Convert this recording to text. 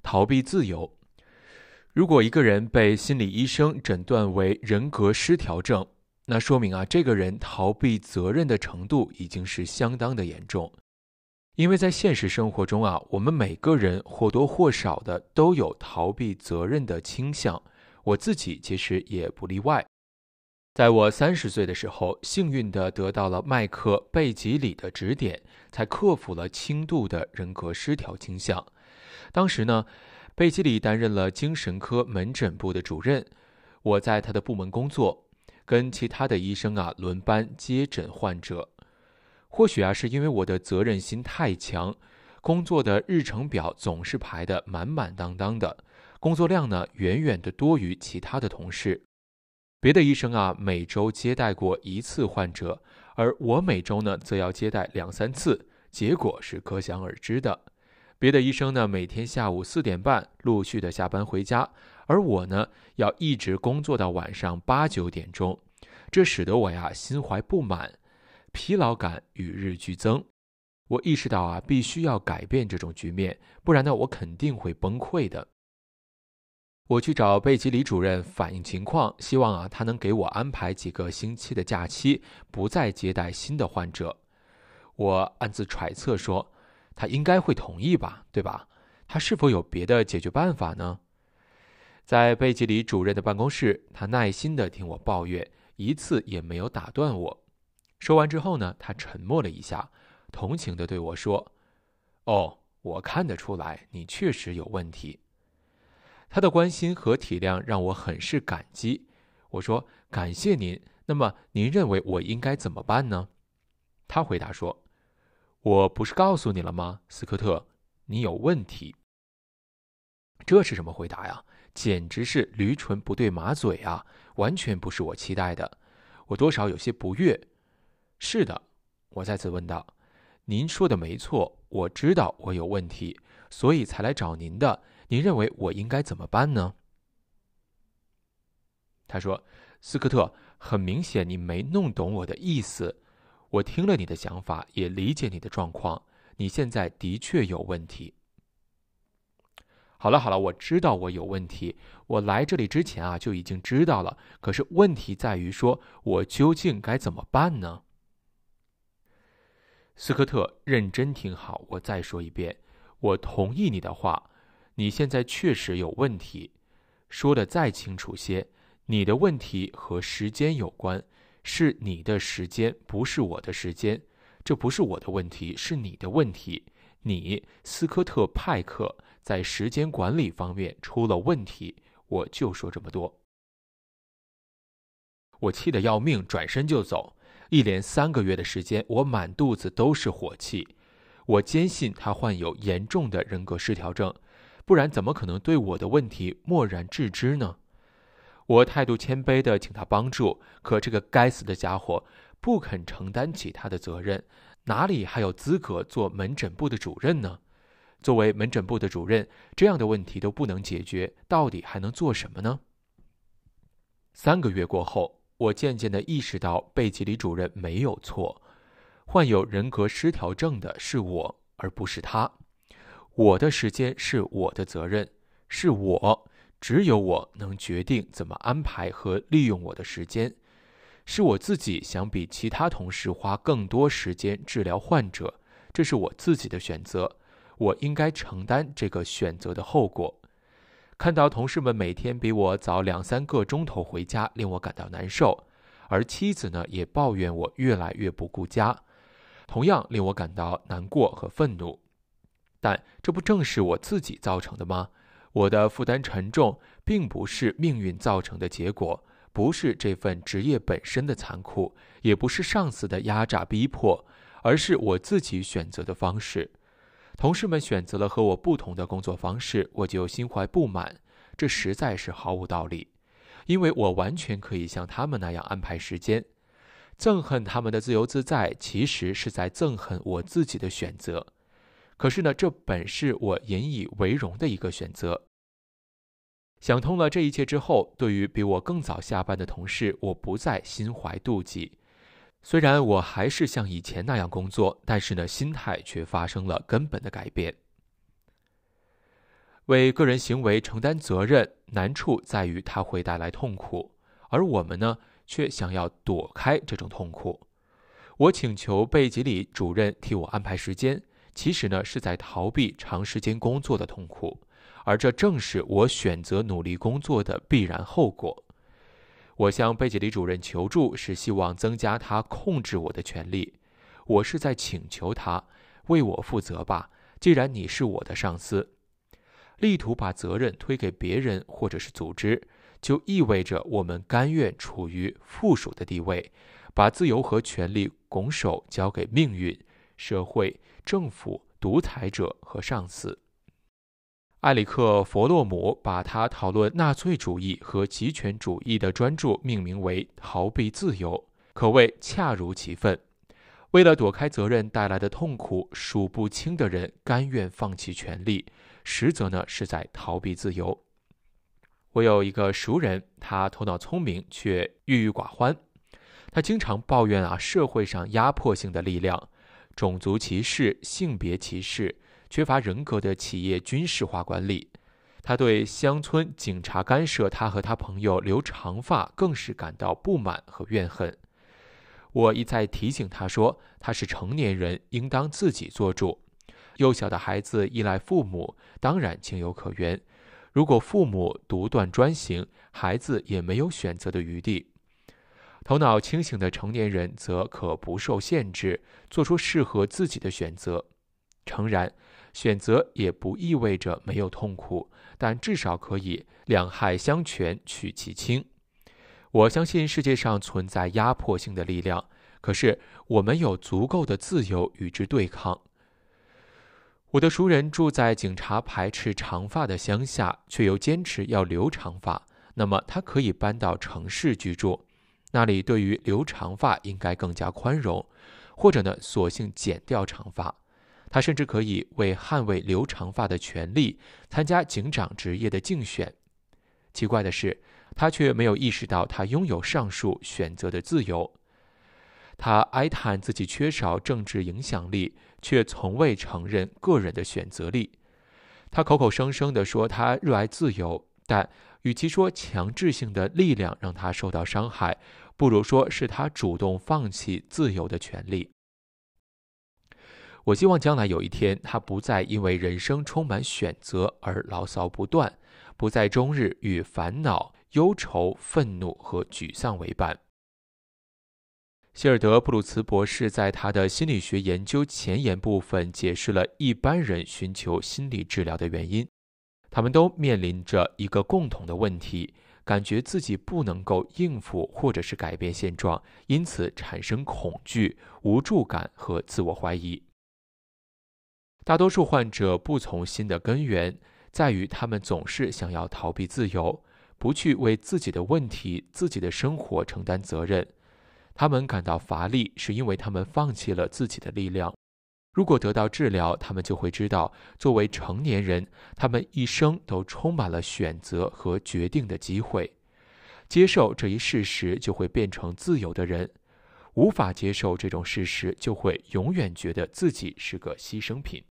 逃避自由。如果一个人被心理医生诊断为人格失调症，那说明这个人逃避责任的程度已经是相当的严重。因为在现实生活中我们每个人或多或少的都有逃避责任的倾向，我自己其实也不例外。在我30岁的时候，幸运地得到了麦克贝吉里的指点，才克服了轻度的人格失调倾向。当时呢，贝吉里担任了精神科门诊部的主任，我在他的部门工作，跟其他的医生轮班接诊患者。或许是因为我的责任心太强，工作的日程表总是排得满满当当的，工作量呢远远的多于其他的同事。别的医生每周接待过1次患者，而我每周呢则要接待2、3次，结果是可想而知的。别的医生呢每天下午4点半陆续的下班回家，而我呢要一直工作到晚上8、9点钟，这使得我心怀不满，疲劳感与日俱增。我意识到必须要改变这种局面，不然呢我肯定会崩溃的。我去找贝吉里主任反映情况，希望他能给我安排几个星期的假期，不再接待新的患者。我暗自揣测说，他应该会同意吧，对吧？他是否有别的解决办法呢？在贝吉里主任的办公室，他耐心地听我抱怨，一次也没有打断我。说完之后呢，他沉默了一下，同情地对我说：“哦，我看得出来，你确实有问题。”他的关心和体谅让我很是感激。我说：“感谢您，那么您认为我应该怎么办呢？”他回答说：“我不是告诉你了吗，斯科特，你有问题。”这是什么回答呀？简直是驴唇不对马嘴啊，完全不是我期待的。我多少有些不悦。是的，我再次问道，您说的没错，我知道我有问题，所以才来找您的。您认为我应该怎么办呢？他说：“斯科特，很明显你没弄懂我的意思。我听了你的想法，也理解你的状况。你现在的确有问题。”好了，我知道我有问题。我来这里之前就已经知道了。可是问题在于说，我究竟该怎么办呢？斯科特，认真听好，我再说一遍，我同意你的话。你现在确实有问题。说得再清楚些，你的问题和时间有关，是你的时间，不是我的时间。这不是我的问题，是你的问题。你，斯科特·派克，在时间管理方面出了问题。我就说这么多。我气得要命，转身就走。一连3个月的时间，我满肚子都是火气。我坚信他患有严重的人格失调症，不然怎么可能对我的问题漠然置之呢？我态度谦卑地请他帮助，可这个该死的家伙不肯承担起他的责任，哪里还有资格做门诊部的主任呢？作为门诊部的主任，这样的问题都不能解决，到底还能做什么呢？3个月过后，我渐渐地意识到贝吉里主任没有错，患有人格失调症的是我，而不是他。我的时间是我的责任，是我，只有我能决定怎么安排和利用我的时间。是我自己想比其他同事花更多时间治疗患者，这是我自己的选择，我应该承担这个选择的后果。看到同事们每天比我早2、3个钟头回家，令我感到难受，而妻子呢，也抱怨我越来越不顾家，同样令我感到难过和愤怒。但这不正是我自己造成的吗？我的负担沉重，并不是命运造成的结果，不是这份职业本身的残酷，也不是上司的压榨逼迫，而是我自己选择的方式。同事们选择了和我不同的工作方式，我就心怀不满，这实在是毫无道理。因为我完全可以像他们那样安排时间。憎恨他们的自由自在，其实是在憎恨我自己的选择。可是呢，这本是我引以为荣的一个选择。想通了这一切之后，对于比我更早下班的同事，我不再心怀妒忌。虽然我还是像以前那样工作，但是呢，心态却发生了根本的改变。 为个人行为承担责任，难处在于它会带来痛苦，而我们呢，却想要躲开这种痛苦。我请求贝吉里主任替我安排时间，其实呢是在逃避长时间工作的痛苦，而这正是我选择努力工作的必然后果。我向贝吉里主任求助，是希望增加他控制我的权利。我是在请求他为我负责吧，既然你是我的上司。力图把责任推给别人或者是组织，就意味着我们甘愿处于附属的地位，把自由和权利拱手交给命运、社会、政府、独裁者和上司。埃里克·弗洛姆把他讨论纳粹主义和极权主义的专著命名为“逃避自由”，可谓恰如其分。为了躲开责任带来的痛苦，数不清的人甘愿放弃权利，实则呢是在逃避自由。我有一个熟人，他头脑聪明却郁郁寡欢。他经常抱怨社会上压迫性的力量、种族歧视、性别歧视、缺乏人格的企业军事化管理。他对乡村警察干涉他和他朋友留长发更是感到不满和怨恨。我一再提醒他说，他是成年人，应当自己做主。幼小的孩子依赖父母，当然情有可原。如果父母独断专行，孩子也没有选择的余地。头脑清醒的成年人则可不受限制，做出适合自己的选择。诚然，选择也不意味着没有痛苦，但至少可以两害相权取其轻。我相信世界上存在压迫性的力量，可是我们有足够的自由与之对抗。我的熟人住在警察排斥长发的乡下，却又坚持要留长发，那么他可以搬到城市居住，那里对于留长发应该更加宽容，或者呢，索性剪掉长发。他甚至可以为捍卫留长发的权利，参加警长职业的竞选。奇怪的是，他却没有意识到他拥有上述选择的自由。他哀叹自己缺少政治影响力，却从未承认个人的选择力。他口口声声地说他热爱自由，但与其说强制性的力量让他受到伤害，不如说是他主动放弃自由的权利。我希望将来有一天，他不再因为人生充满选择而牢骚不断，不再终日与烦恼、忧愁、愤怒和沮丧为伴。希尔德·布鲁茨博士在他的心理学研究前言部分解释了一般人寻求心理治疗的原因。他们都面临着一个共同的问题，感觉自己不能够应付或者是改变现状，因此产生恐惧、无助感和自我怀疑。大多数患者不从心的根源在于他们总是想要逃避自由，不去为自己的问题、自己的生活承担责任。他们感到乏力，是因为他们放弃了自己的力量。如果得到治疗，他们就会知道，作为成年人，他们一生都充满了选择和决定的机会。接受这一事实，就会变成自由的人；无法接受这种事实，就会永远觉得自己是个牺牲品。